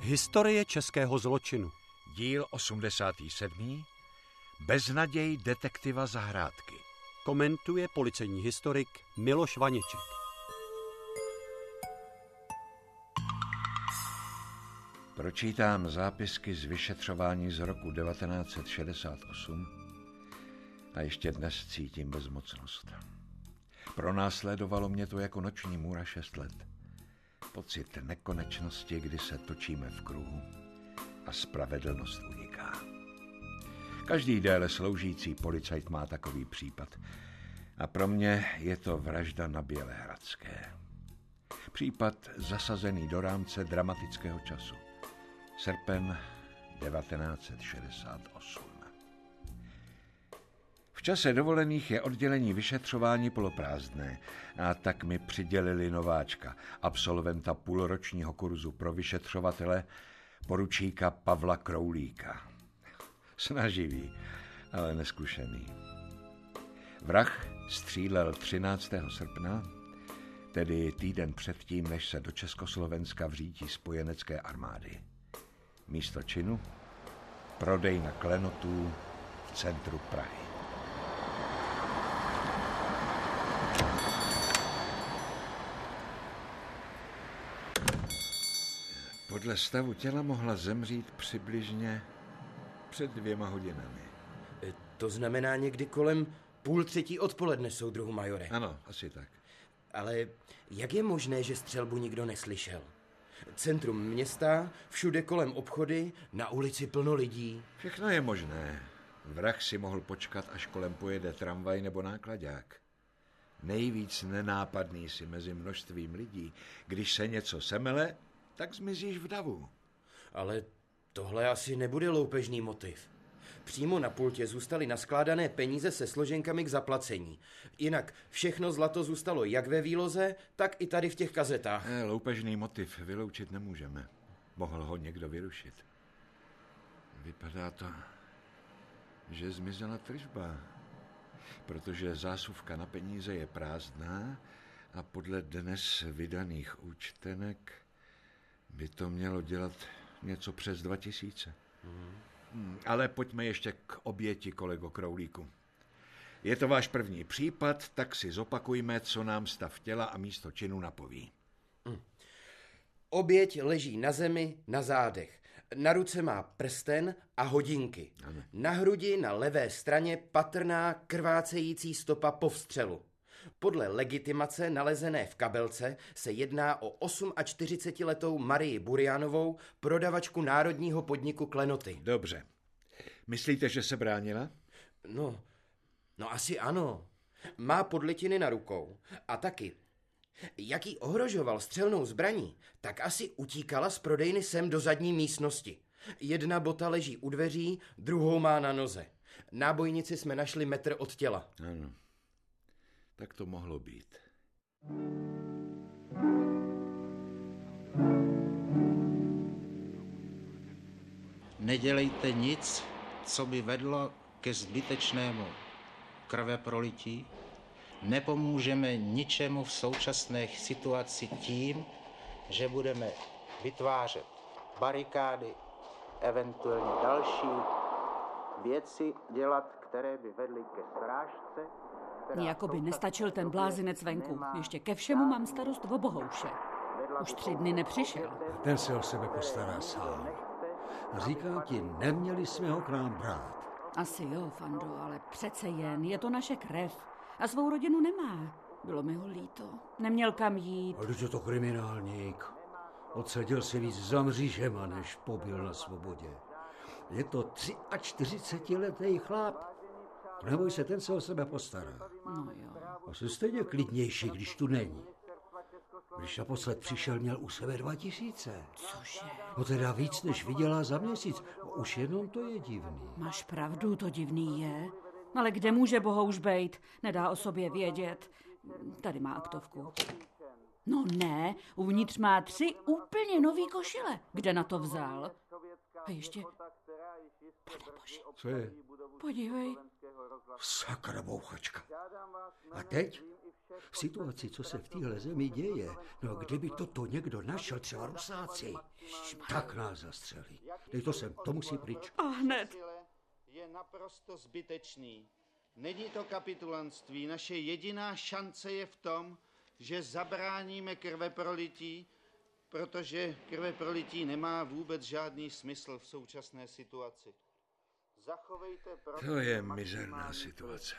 Historie českého zločinu. Díl 87. Beznaděj detektiva Zahrádky. Komentuje policejní historik Miloš Vaněček. Pročítám zápisky z vyšetřování z roku 1968 a ještě dnes cítím bezmocnost. Pronásledovalo mě to jako noční můra 6 let. Pocit nekonečnosti, kdy se točíme v kruhu a spravedlnost uniká. Každý déle sloužící policajt má takový případ. A pro mě je to vražda na Bělehradské. Případ zasazený do rámce dramatického času. Srpen 1968. V čase dovolených je oddělení vyšetřování poloprázdné a tak mi přidělili nováčka, absolventa půlročního kurzu pro vyšetřovatele, poručíka Pavla Kroulíka. Snaživý, ale neskušený. Vrah střílel 13. srpna, tedy týden předtím, než se do Československa vřítí spojenecké armády. Místo činu? Prodejna klenotů v centru Prahy. Podle stavu těla mohla zemřít přibližně před 2 hodinami. To znamená někdy kolem 2:30 odpoledne, soudruhu majore. Ano, asi tak. Ale jak je možné, že střelbu nikdo neslyšel? Centrum města, všude kolem obchody, na ulici plno lidí. Všechno je možné. Vrah si mohl počkat, až kolem pojede tramvaj nebo náklaďák. Nejvíc nenápadný si mezi množstvím lidí. Když se něco semele, tak zmizíš v davu. Ale tohle asi nebude loupežný motiv. Přímo na pultě zůstaly naskládané peníze se složenkami k zaplacení. Jinak všechno zlato zůstalo jak ve výloze, tak i tady v těch kazetách. Loupežný motiv vyloučit nemůžeme. Mohl ho někdo vyrušit. Vypadá to, že zmizela tržba, protože zásuvka na peníze je prázdná a podle dnes vydaných účtenek by to mělo dělat něco přes 2000. Ale pojďme ještě k oběti, kolego Kroulíku. Je to váš první případ, tak si zopakujme, co nám stav těla a místo činu napoví. Oběť leží na zemi, na zádech. Na ruce má prsten a hodinky. Ano. Na hrudi na levé straně patrná krvácející stopa po vstřelu. Podle legitimace nalezené v kabelce se jedná o 48letou Marii Burianovou, prodavačku národního podniku Klenoty. Dobře. Myslíte, že se bránila? No asi ano. Má podlitiny na rukou. A taky, jak jí ohrožoval střelnou zbraní, tak asi utíkala z prodejny sem do zadní místnosti. Jedna bota leží u dveří, druhou má na noze. Nábojnici jsme našli metr od těla. Ano. Tak to mohlo být. Nedělejte nic, co by vedlo ke zbytečnému krveprolití. Nepomůžeme ničemu v současné situaci tím, že budeme vytvářet barikády, eventuálně další věci dělat, které by vedly ke srážce. Jakoby nestačil ten blázinec venku. Ještě ke všemu mám starost o Bohouše. Už 3 dny nepřišel. Ten se o sebe postará sám. Říkám ti, neměli jsme ho k nám brát. Asi jo, Fando, ale přece jen, je to naše krev. A svou rodinu nemá. Bylo mi ho líto. Neměl kam jít. Ale je to kriminálník. Odseděl si víc za mřížema, než pobyl na svobodě. Je to 43letý chlap. Neboj se, ten se o sebe postará. No jo. A jsi stejně klidnější, když tu není. Když naposled přišel, měl u sebe 2000. Cože? No teda víc, než vydělá za měsíc. Už jenom to je divný. Máš pravdu, to divný je. Ale kde může Bohouš bejt? Nedá o sobě vědět. Tady má aktovku. No ne, uvnitř má 3 úplně nový košile. Kde na to vzal? A ještě... Panebože. Co je? Podívej. Sakra bouchačka. A teď? v situaci, co se v téhle zemi děje, no kdyby toto někdo našel, třeba Rusáci, tak nás zastřelí. Dej to sem, to musí pryč. A hned. Je naprosto zbytečný. Není to kapitulantství. Naše jediná šance je v tom, že zabráníme krveprolití, protože krveprolití nemá vůbec žádný smysl v současné situaci. Zachovejte To je mizerná situace.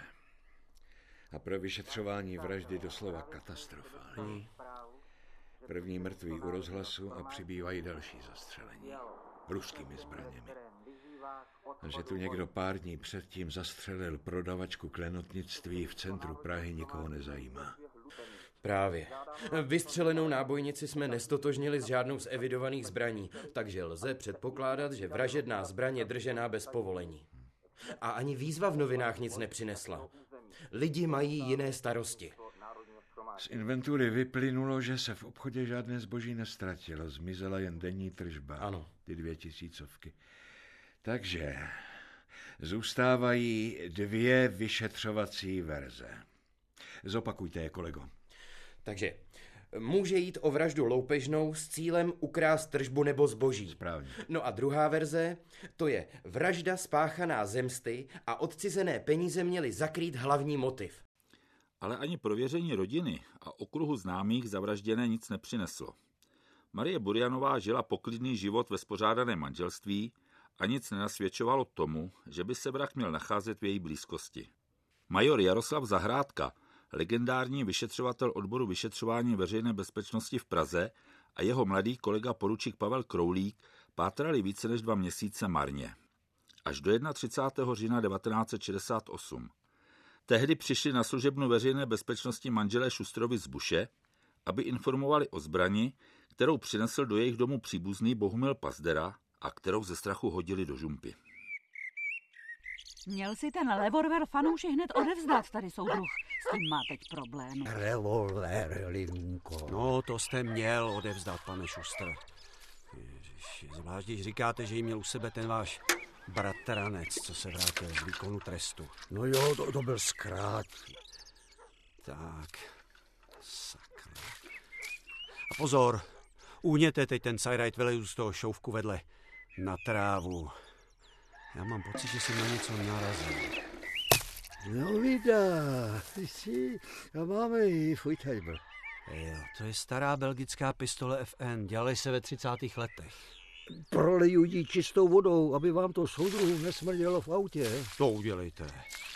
A pro vyšetřování vraždy doslova katastrofální. První mrtví u rozhlasu a přibývají další zastřelení. Ruskými zbraněmi. A že tu někdo pár dní předtím zastřelil prodavačku klenotnictví v centru Prahy, nikoho nezajímá. Právě. Vystřelenou nábojnici jsme nestotožnili s žádnou z evidovaných zbraní, takže lze předpokládat, že vražedná zbraň je držená bez povolení. A ani výzva v novinách nic nepřinesla. Lidi mají jiné starosti. Z inventury vyplynulo, že se v obchodě žádné zboží nestratilo, zmizela jen denní tržba. Ano. Ty 2000. Takže zůstávají 2 vyšetřovací verze. Zopakujte je, kolego. Takže může jít o vraždu loupežnou s cílem ukrást tržbu nebo zboží. Správně. No a druhá verze, to je vražda spáchaná ze msty a odcizené peníze měly zakrýt hlavní motiv. Ale ani prověření rodiny a okruhu známých zavražděné nic nepřineslo. Marie Burjanová žila poklidný život ve spořádaném manželství a nic nenasvědčovalo tomu, že by se vrah měl nacházet v její blízkosti. Major Jaroslav Zahrádka, legendární vyšetřovatel odboru vyšetřování veřejné bezpečnosti v Praze, a jeho mladý kolega poručík Pavel Kroulík pátrali více než 2 měsíce marně. Až do 31. října 1968. Tehdy přišli na služebnu veřejné bezpečnosti manželé Šustrovi z Buše, aby informovali o zbrani, kterou přinesl do jejich domu příbuzný Bohumil Pazdera a kterou ze strachu hodili do žumpy. Měl si ten revolver fanouši hned odevzdat, tady soudruh. S tím má teď problém. Revolver, Linko. No, to jste měl odevzdat, pane Šustr. Ježiši, zvlášť, když říkáte, že jí měl u sebe ten váš bratranec, co se vrátil z výkonu trestu. No jo, to byl zkrát. Tak, sakra. A pozor, uhněte teď ten Cyrite vylejzu z toho šouvku vedle na trávu. Já mám pocit, že jsem na něco narazil. No vydá, a máme ji, Fuitheimer. Jo, to je stará belgická pistole FN, dělali se ve 30. letech. Proleju jí čistou vodou, aby vám to soudruhu nesmrdělo v autě. To udělejte.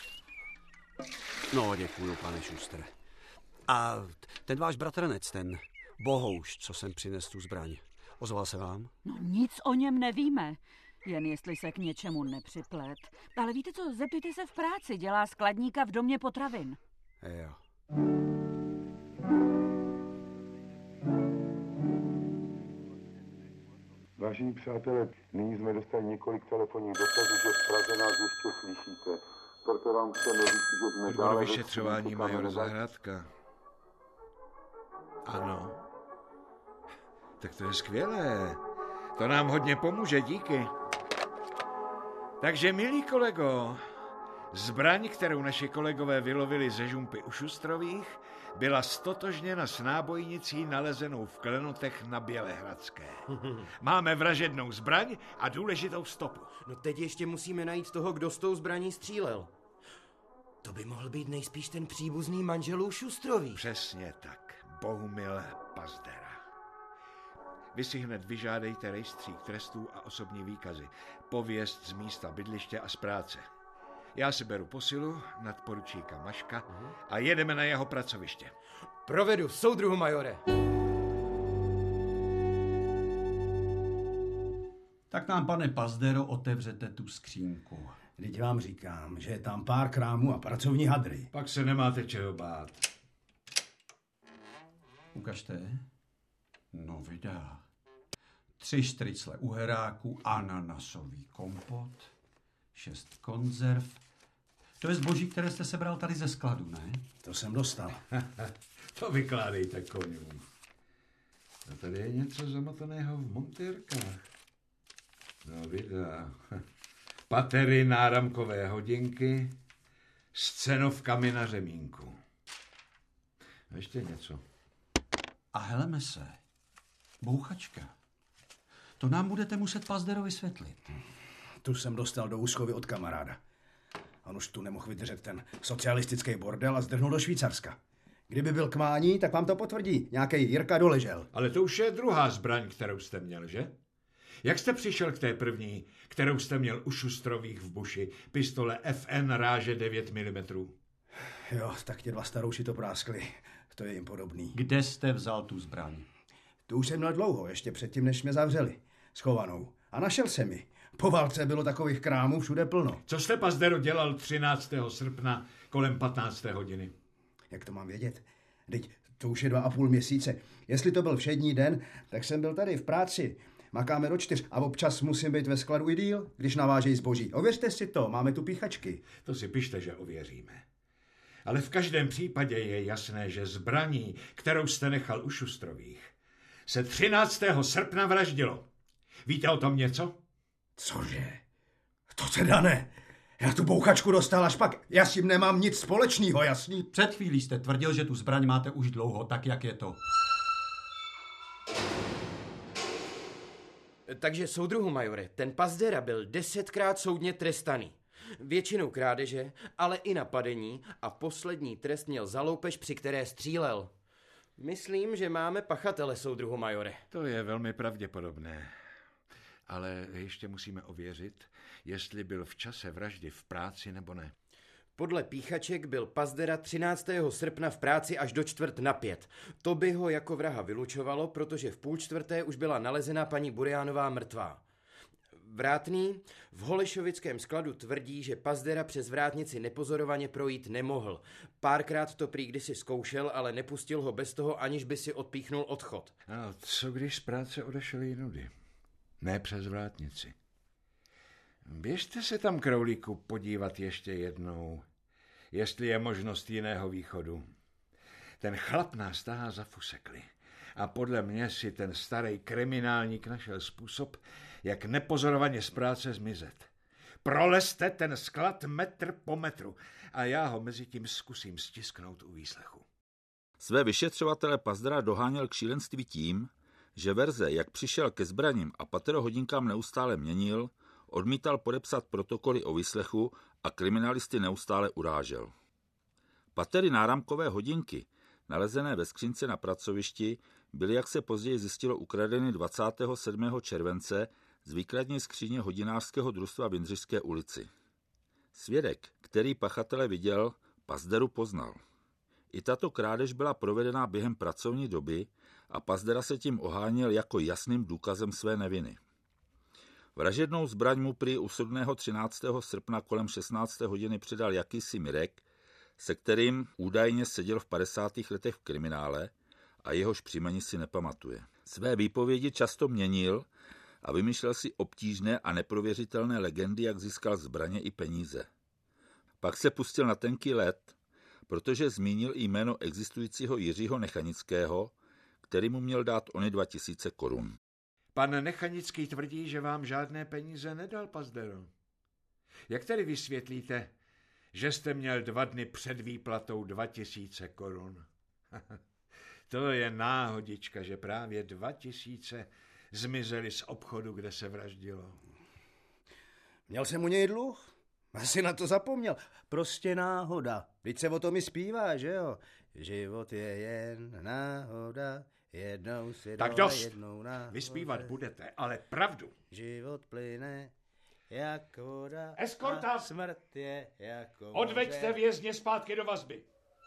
No, děkuju, pane Šustre. A ten váš bratranec, ten Bohouš, co jsem přinesl tu zbraň, ozval se vám? No nic o něm nevíme. Jen jestli se k něčemu nepřiplet. Ale víte co, zeptejte se v práci, dělá skladníka v domě potravin. Jo. Vážení přátelé, nyní jsme dostali několik telefonních dotazů, že v Praze nás ještě slyšíte. Proto vám chceme říct, že jsme Odbor vyšetřování major Zahrádka. Ano. Tak to je skvělé. To nám hodně pomůže, díky. Takže, milí kolego, zbraň, kterou naši kolegové vylovili ze žumpy u Šustrových, byla stotožněna s nábojnicí nalezenou v klenotech na Bělehradské. Máme vražednou zbraň a důležitou stopu. No teď ještě musíme najít toho, kdo s tou zbraní střílel. To by mohl být nejspíš ten příbuzný manželů Šustrových. Přesně tak, Bohumil Pazdera. Vy si hned vyžádejte rejstřík trestů a osobní výkazy, pověst z místa bydliště a z práce. Já si beru posilu nadporučíka Maška a jedeme na jeho pracoviště. Provedu, soudruhu majore. Tak nám, pane Pazdero, otevřete tu skřínku. Teď vám říkám, že je tam pár krámů a pracovní hadry. Pak se nemáte čeho bát. Ukažte. No vydá. 3 štricle uheráku, ananasový kompot, 6 konzerv. To je zboží, které jste sebral tady ze skladu, ne? To jsem dostal. To vykládejte koňům. A tady je něco zamotaného v montérkách. No vydá. Patery, náramkové hodinky s cenovkami na řemínku. Ještě něco. A heleme se. Bouchačka. To nám budete muset Pazderovi vysvětlit. Tu jsem dostal do úschovy od kamaráda. On už tu nemohl vydržet ten socialistický bordel a zdrhnul do Švýcarska. Kdyby byl k mání, tak vám to potvrdí. Nějaký Jirka Doležel. Ale to už je druhá zbraň, kterou jste měl, že? Jak jste přišel k té první, kterou jste měl u Šustrových v buši, pistole FN ráže 9 mm? Jo, tak ti dva starouši to práskli. To je jim podobný. Kde jste vzal tu zbraň? Tu už jsem měl dlouho, ještě předtím, než mě zavřeli. Schovanou. A našel jsem ji. Po válce bylo takových krámů všude plno. Co jste, Pazdero, dělal 13. srpna kolem 15. hodiny? Jak to mám vědět? Teď to už je 2,5 měsíce. Jestli to byl všední den, tak jsem byl tady v práci. Makáme do 4 a občas musím být ve skladu i díl, když navážejí zboží. Ověřte si to, máme tu píchačky. To si pište, že ověříme. Ale v každém případě je jasné, že zbraní, kterou jste nechal u Šustrových, se 13. srpna vraždilo. Víte o tom něco? Cože? To teda ne. Já tu bouchačku dostal až pak. Já s tím nemám nic společného, jasný? Před chvílí jste tvrdil, že tu zbraň máte už dlouho, tak jak je to. Takže soudruhu majore, ten Pazdera byl 10krát soudně trestaný. Většinou krádeže, ale i napadení a poslední trest měl za loupež, při které střílel. Myslím, že máme pachatele, soudruhu majore. To je velmi pravděpodobné. Ale ještě musíme ověřit, jestli byl v čase vraždy v práci nebo ne. Podle píchaček byl Pazdera 13. srpna v práci až do 4:45. To by ho jako vraha vylučovalo, protože v 3:30 už byla nalezena paní Burianová mrtvá. Vrátný v Holešovickém skladu tvrdí, že Pazdera přes vrátnici nepozorovaně projít nemohl. Párkrát to prý kdysi zkoušel, ale nepustil ho bez toho, aniž by si odpíchnul odchod. A co když z práce odešel jinudy? Ne přes vrátnici. Běžte se tam, Kroulíku, podívat ještě jednou, jestli je možnost jiného východu. Ten chlap nás tahá za fusekli a podle mě si ten starý kriminálník našel způsob, jak nepozorovaně z práce zmizet. Prolezte ten sklad metr po metru a já ho mezi tím zkusím stisknout u výslechu. Své vyšetřovatele Pazdera doháněl k šílenství tím, že verze, jak přišel ke zbraním a paterohodinkám neustále měnil, odmítal podepsat protokoly o výslechu a kriminalisty neustále urážel. Patery náramkové hodinky, nalezené ve skřínce na pracovišti, byly, jak se později zjistilo, ukradeny 27. července z výkladní skříně hodinářského družstva v Jindřišské ulici. Svědek, který pachatele viděl, Pazderu poznal. I tato krádež byla provedena během pracovní doby a Pazdera se tím oháněl jako jasným důkazem své neviny. Vražednou zbraň mu prý u soudného 13. srpna kolem 16. hodiny předal jakýsi Mirek, se kterým údajně seděl v 50. letech v kriminále a jehož příjmení si nepamatuje. Své výpovědi často měnil a vymýšlel si obtížné a neprověřitelné legendy, jak získal zbraně i peníze. Pak se pustil na tenký led, protože zmínil i jméno existujícího Jiřího Nechanického, který mu měl dát ony 2000 korun. Pan Nechanický tvrdí, že vám žádné peníze nedal, Pazdero. Jak tedy vysvětlíte, že jste měl 2 dny před výplatou 2000 korun? To je náhodička, že právě 2000 zmizely z obchodu, kde se vraždilo. Měl jsem u něj dluh? Asi na to zapomněl. Prostě náhoda. Vždyť se o tom i zpívá, že jo? Život je jen náhoda, jednou si tak dole, dost. jednou náhoda. Vyspívat budete, ale pravdu. Život plyne jak voda. Eskorta! A smrt je jako odveďte vězně zpátky do vazby.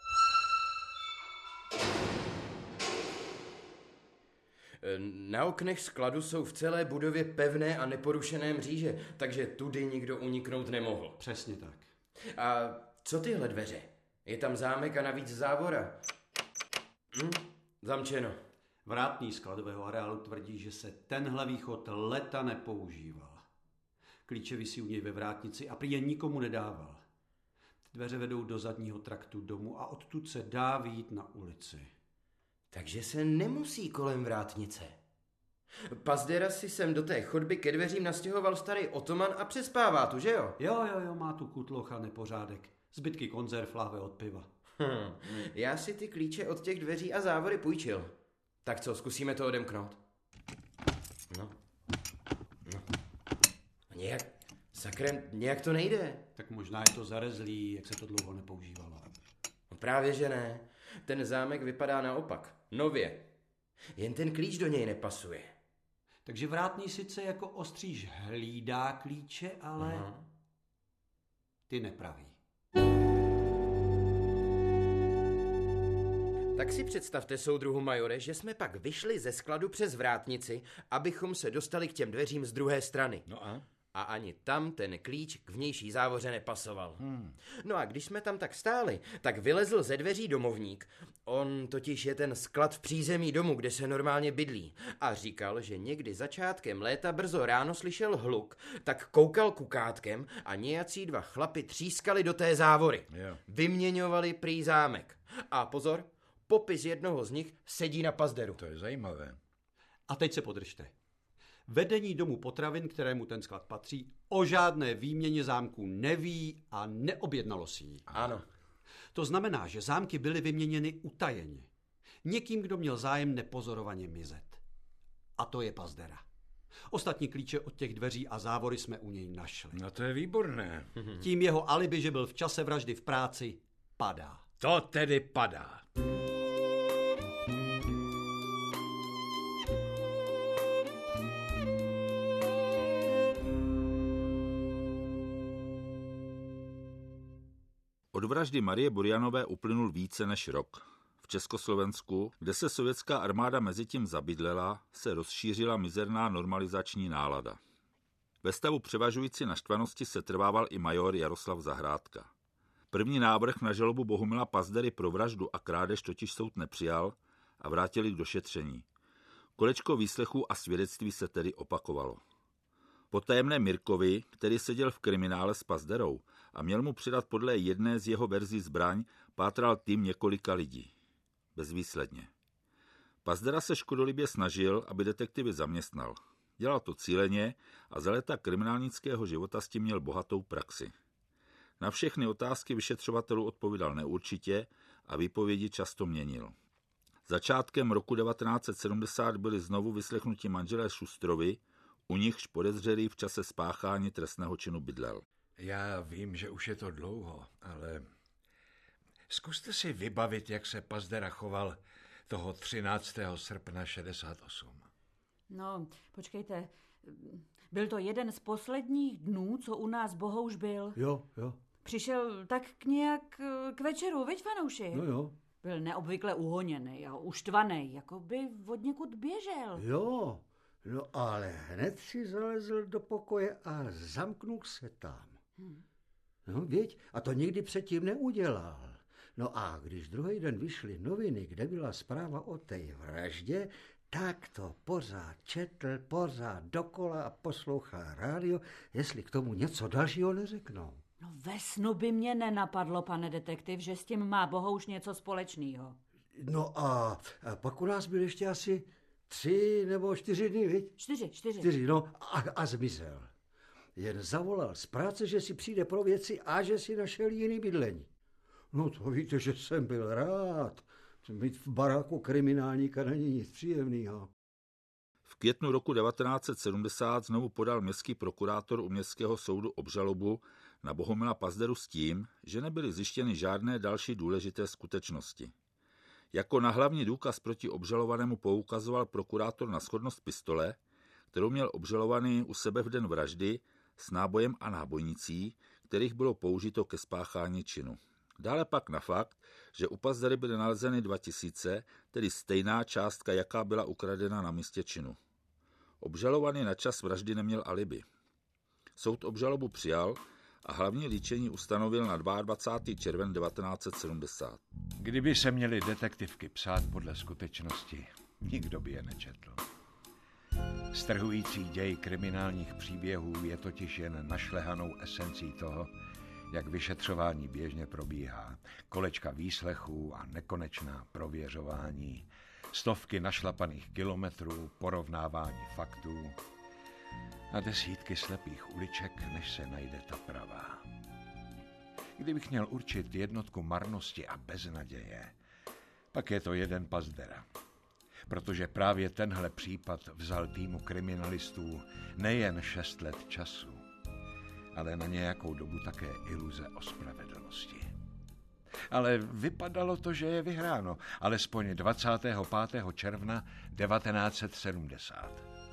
Na oknech skladu jsou v celé budově pevné a neporušené mříže, takže tudy nikdo uniknout nemohl. Přesně tak. A co tyhle dveře? Je tam zámek a navíc závora. Zamčeno. Vrátný skladového areálu tvrdí, že se tenhle východ leta nepoužíval. Klíče visí u něj ve vrátnici a prý je nikomu nedával. Dveře vedou do zadního traktu domu a odtud se dá vyjít na ulici. Takže se nemusí kolem vrátnice. Pazdera si sem do té chodby ke dveřím nastěhoval starý otoman a přespává tu, že jo? Jo, má tu kutloch a nepořádek. Zbytky konzerv, láhve od piva. Já si ty klíče od těch dveří a závory půjčil. Tak co, zkusíme to odemknout? No. Nějak to nejde. Tak možná je to zarezlý, jak se to dlouho nepoužívalo. No právě, že ne. Ten zámek vypadá naopak. Nově. Jen ten klíč do něj nepasuje. Takže vrátný sice jako ostříž hlídá klíče, ale ty nepraví. Tak si představte, soudruhu majore, že jsme pak vyšli ze skladu přes vrátnici, abychom se dostali k těm dveřím z druhé strany. No a? A ani tam ten klíč k vnější závoře nepasoval. No a když jsme tam tak stáli, tak vylezl ze dveří domovník. On totiž je ten sklad v přízemí domu, kde se normálně bydlí. A říkal, že někdy začátkem léta brzo ráno slyšel hluk, tak koukal kukátkem a nějací dva chlapi třískali do té závory. Jo. Vyměňovali prý zámek. A pozor, popis jednoho z nich sedí na pazderu. To je zajímavé. A teď se podržte. Vedení domu potravin, kterému ten sklad patří, o žádné výměně zámků neví a neobjednalo si ji. Ano. To znamená, že zámky byly vyměněny utajeně. Někým, kdo měl zájem nepozorovaně mizet. A to je pazdera. Ostatní klíče od těch dveří a závory jsme u něj našli. No to je výborné. Tím jeho alibi, že byl v čase vraždy v práci, padá. To tedy padá. Od vraždy Marie Burjanové uplynul více než rok. V Československu, kde se sovětská armáda mezitím zabydlela, se rozšířila mizerná normalizační nálada. Ve stavu převažující naštvanosti se trvával i major Jaroslav Zahrádka. První návrh na žalobu Bohumila Pazdery pro vraždu a krádež totiž soud nepřijal a vrátili k došetření. Kolečko výslechů a svědectví se tedy opakovalo. Po tajemném Mirkovi, který seděl v kriminále s Pazderou a měl mu předat podle jedné z jeho verzí zbraň, pátral tým několika lidí. Bezvýsledně. Pazdera se škodolibě snažil, aby detektivy zaměstnal. Dělal to cíleně a za léta kriminálnického života s tím měl bohatou praxi. Na všechny otázky vyšetřovatelů odpovídal neurčitě a výpovědi často měnil. Začátkem roku 1970 byli znovu vyslechnuti manželé Šustrovi, u nichž podezřelý v čase spáchání trestného činu bydlel. Já vím, že už je to dlouho, ale zkuste si vybavit, jak se Pazdera choval toho 13. srpna 68. No, počkejte, byl to jeden z posledních dnů, co u nás Bohouš byl. Jo. Přišel tak nějak k večeru, viď, fanouši? No jo. Byl neobvykle uhoněný a uštvaný, jako by od někud běžel. Jo, no ale hned si zalezl do pokoje a zamknul se tam. No věď, a to nikdy předtím neudělal. No a když druhý den vyšly noviny, kde byla zpráva o té vraždě, tak to pořád četl, pořád dokola a poslouchal rádio, jestli k tomu něco dalšího neřeknou. No ve snu by mě nenapadlo, pane detektiv, že s tím má Bohouš něco společného. No a pak u nás byl ještě asi 3 nebo 4 dny, viď? 4. No a zmizel. Jen zavolal z práce, že si přijde pro věci a že si našel jiný bydlení. No to víte, že jsem byl rád. Mít v baráku kriminálníka není nic příjemného. V květnu roku 1970 znovu podal městský prokurátor u městského soudu obžalobu na Bohumila Pazderu s tím, že nebyly zjištěny žádné další důležité skutečnosti. Jako na hlavní důkaz proti obžalovanému poukazoval prokurátor na shodnost pistole, kterou měl obžalovaný u sebe v den vraždy s nábojem a nábojnicí, kterých bylo použito ke spáchání činu. Dále pak na fakt, že u Pazdery byly nalezeny 2000, tedy stejná částka, jaká byla ukradena na místě činu. Obžalovaný na čas vraždy neměl alibi. Soud obžalobu přijal a hlavní líčení ustanovil na 22. červen 1970. Kdyby se měly detektivky psát podle skutečnosti, nikdo by je nečetl. Strhující děj kriminálních příběhů je totiž jen našlehanou esencí toho, jak vyšetřování běžně probíhá. Kolečka výslechů a nekonečná prověřování, stovky našlapaných kilometrů, porovnávání faktů a desítky slepých uliček, než se najde ta pravá. Kdybych měl určit jednotku marnosti a beznaděje, pak je to jeden Pazdera. Protože právě tenhle případ vzal týmu kriminalistů nejen 6 let času, ale na nějakou dobu také iluze o spravedlnosti. Ale vypadalo to, že je vyhráno, alespoň 25. června 1970.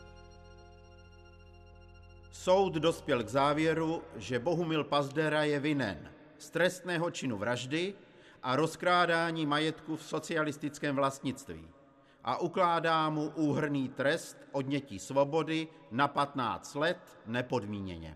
Soud dospěl k závěru, že Bohumil Pazdera je vinen z trestného činu vraždy a rozkrádání majetku v socialistickém vlastnictví a ukládá mu úhrnný trest odnětí svobody na 15 let nepodmíněně.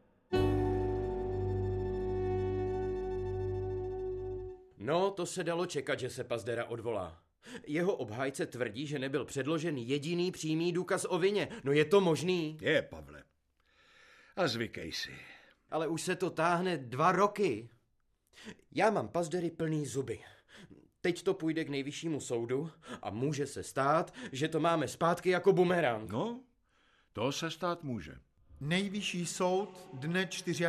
No, to se dalo čekat, že se Pazdera odvolá. Jeho obhájce tvrdí, že nebyl předložen jediný přímý důkaz o vině. No je to možný? Je, Pavle. A zvykej si. Ale už se to táhne 2 roky. Já mám Pazdery plný zuby. Teď to půjde k nejvyššímu soudu a může se stát, že to máme zpátky jako bumerang. No, to se stát může. Nejvyšší soud dne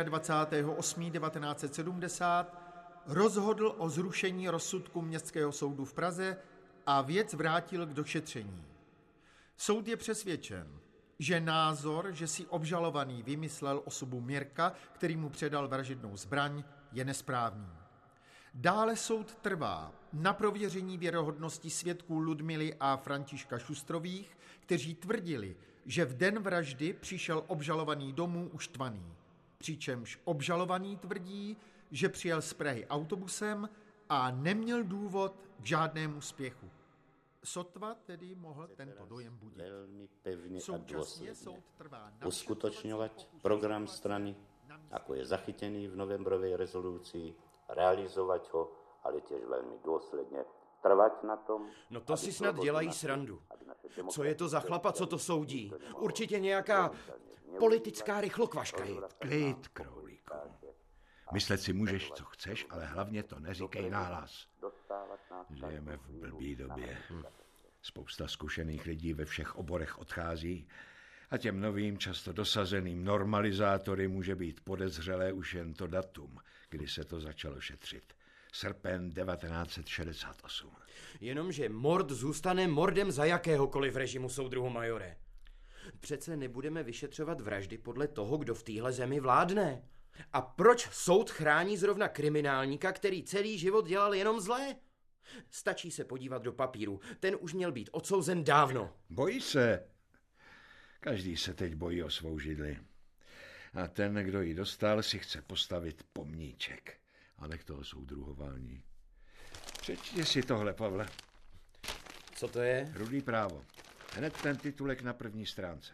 24.8.1970 rozhodl o zrušení rozsudku Městského soudu v Praze a věc vrátil k došetření. Soud je přesvědčen, že názor, že si obžalovaný vymyslel osobu Mirka, který mu předal vražednou zbraň, je nesprávný. Dále soud trvá na prověření věrohodnosti svědků Ludmily a Františka Šustrových, kteří tvrdili, že v den vraždy přišel obžalovaný domů uštvaný. Přičemž obžalovaný tvrdí, že přijel z Prahy autobusem a neměl důvod k žádnému spěchu. Sotva tedy mohl tento dojem budit. Velmi pevně a Současně dôsledne soud trvá na uskutočňovať program strany, ako je zachytený v novembrovej rezolúcii, realizovať ho, ale tiež veľmi dôsledne trvať na tom. No to si snad dělají srandu. Co je to za chlapa, co to soudí? Určitě nějaká politická rychlokvaška. Klid, Kroulíku. Myslet si můžeš, co chceš, ale hlavně to neříkej nahlas. Žijeme v blbý době. Spousta zkušených lidí ve všech oborech odchází a těm novým, často dosazeným normalizátory může být podezřelé už jen to datum, kdy se to začalo šetřit. Srpen 1968. Jenomže mord zůstane mordem za jakéhokoliv režimu, soudruhu majore. Přece nebudeme vyšetřovat vraždy podle toho, kdo v téhle zemi vládne. A proč soud chrání zrovna kriminálníka, který celý život dělal jenom zlé? Stačí se podívat do papíru. Ten už měl být odsouzen dávno. Bojí se. Každý se teď bojí o svou židli. A ten, kdo ji dostal, si chce postavit pomníček. A nech toho soudruhování. Přečti si tohle, Pavle. Co to je? Rudý právo. Hned ten titulek na první stránce.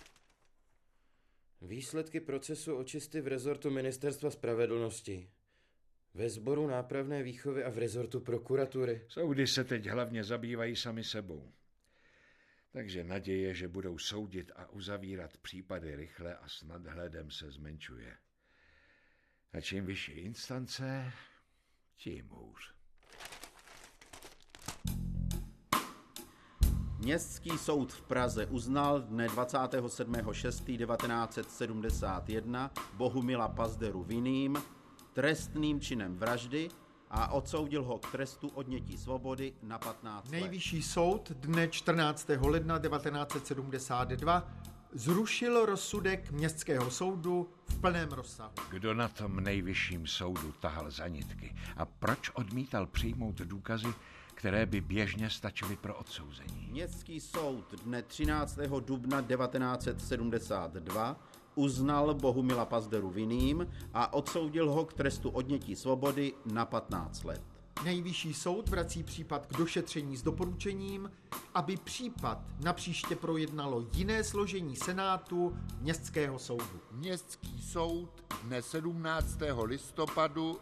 Výsledky procesu očisty v rezortu Ministerstva spravedlnosti. Ve sboru nápravné výchovy a v rezortu prokuratury. Soudy se teď hlavně zabývají sami sebou. Takže naděje, že budou soudit a uzavírat případy rychle a s nadhledem se zmenšuje. A čím vyšší instance, tím hůř. Městský soud v Praze uznal dne 27.6.1971 Bohumila Pazderu vinným trestným činem vraždy a odsoudil ho k trestu odnětí svobody na 15 let. Nejvyšší soud dne 14. ledna 1972 zrušil rozsudek Městského soudu v plném rozsahu. Kdo na tom nejvyšším soudu tahal za nitky a proč odmítal přijmout důkazy, které by běžně stačily pro odsouzení? Městský soud dne 13. dubna 1972 uznal Bohumila Pazderu vinným a odsoudil ho k trestu odnětí svobody na 15 let. Nejvyšší soud vrací případ k došetření s doporučením, aby případ napříště projednalo jiné složení Senátu Městského soudu. Městský soud dne 17. listopadu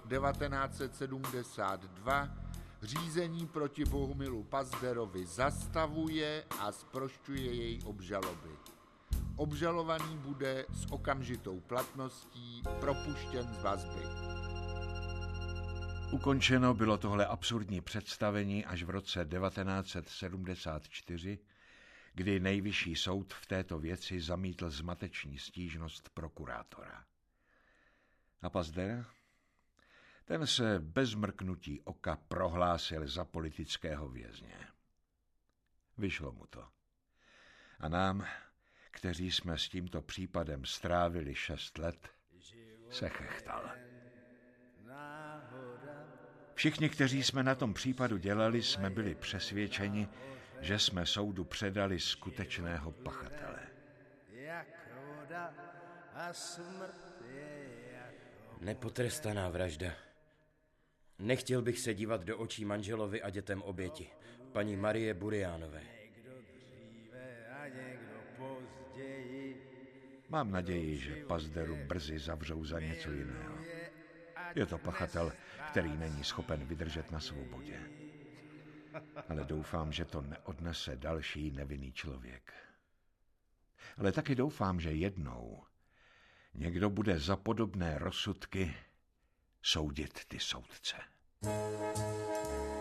1972 řízení proti Bohumilu Pazderovi zastavuje a zprošťuje jej obžaloby. Obžalovaný bude s okamžitou platností propuštěn z vazby. Ukončeno bylo tohle absurdní představení až v roce 1974, kdy nejvyšší soud v této věci zamítl zmateční stížnost prokurátora. A Pazdera? Ten se bez mrknutí oka prohlásil za politického vězně. Vyšlo mu to. A nám, kteří jsme s tímto případem strávili 6 let, se chechtal. Všichni, kteří jsme na tom případu dělali, jsme byli přesvědčeni, že jsme soudu předali skutečného pachatele. Nepotrestaná vražda. Nechtěl bych se dívat do očí manželovi a dětem oběti, paní Marie Burianové. Mám naději, že Pazderu brzy zavřou za něco jiného. Je to pachatel, který není schopen vydržet na svobodě. Ale doufám, že to neodnese další nevinný člověk. Ale taky doufám, že jednou někdo bude za podobné rozsudky soudit ty soudce.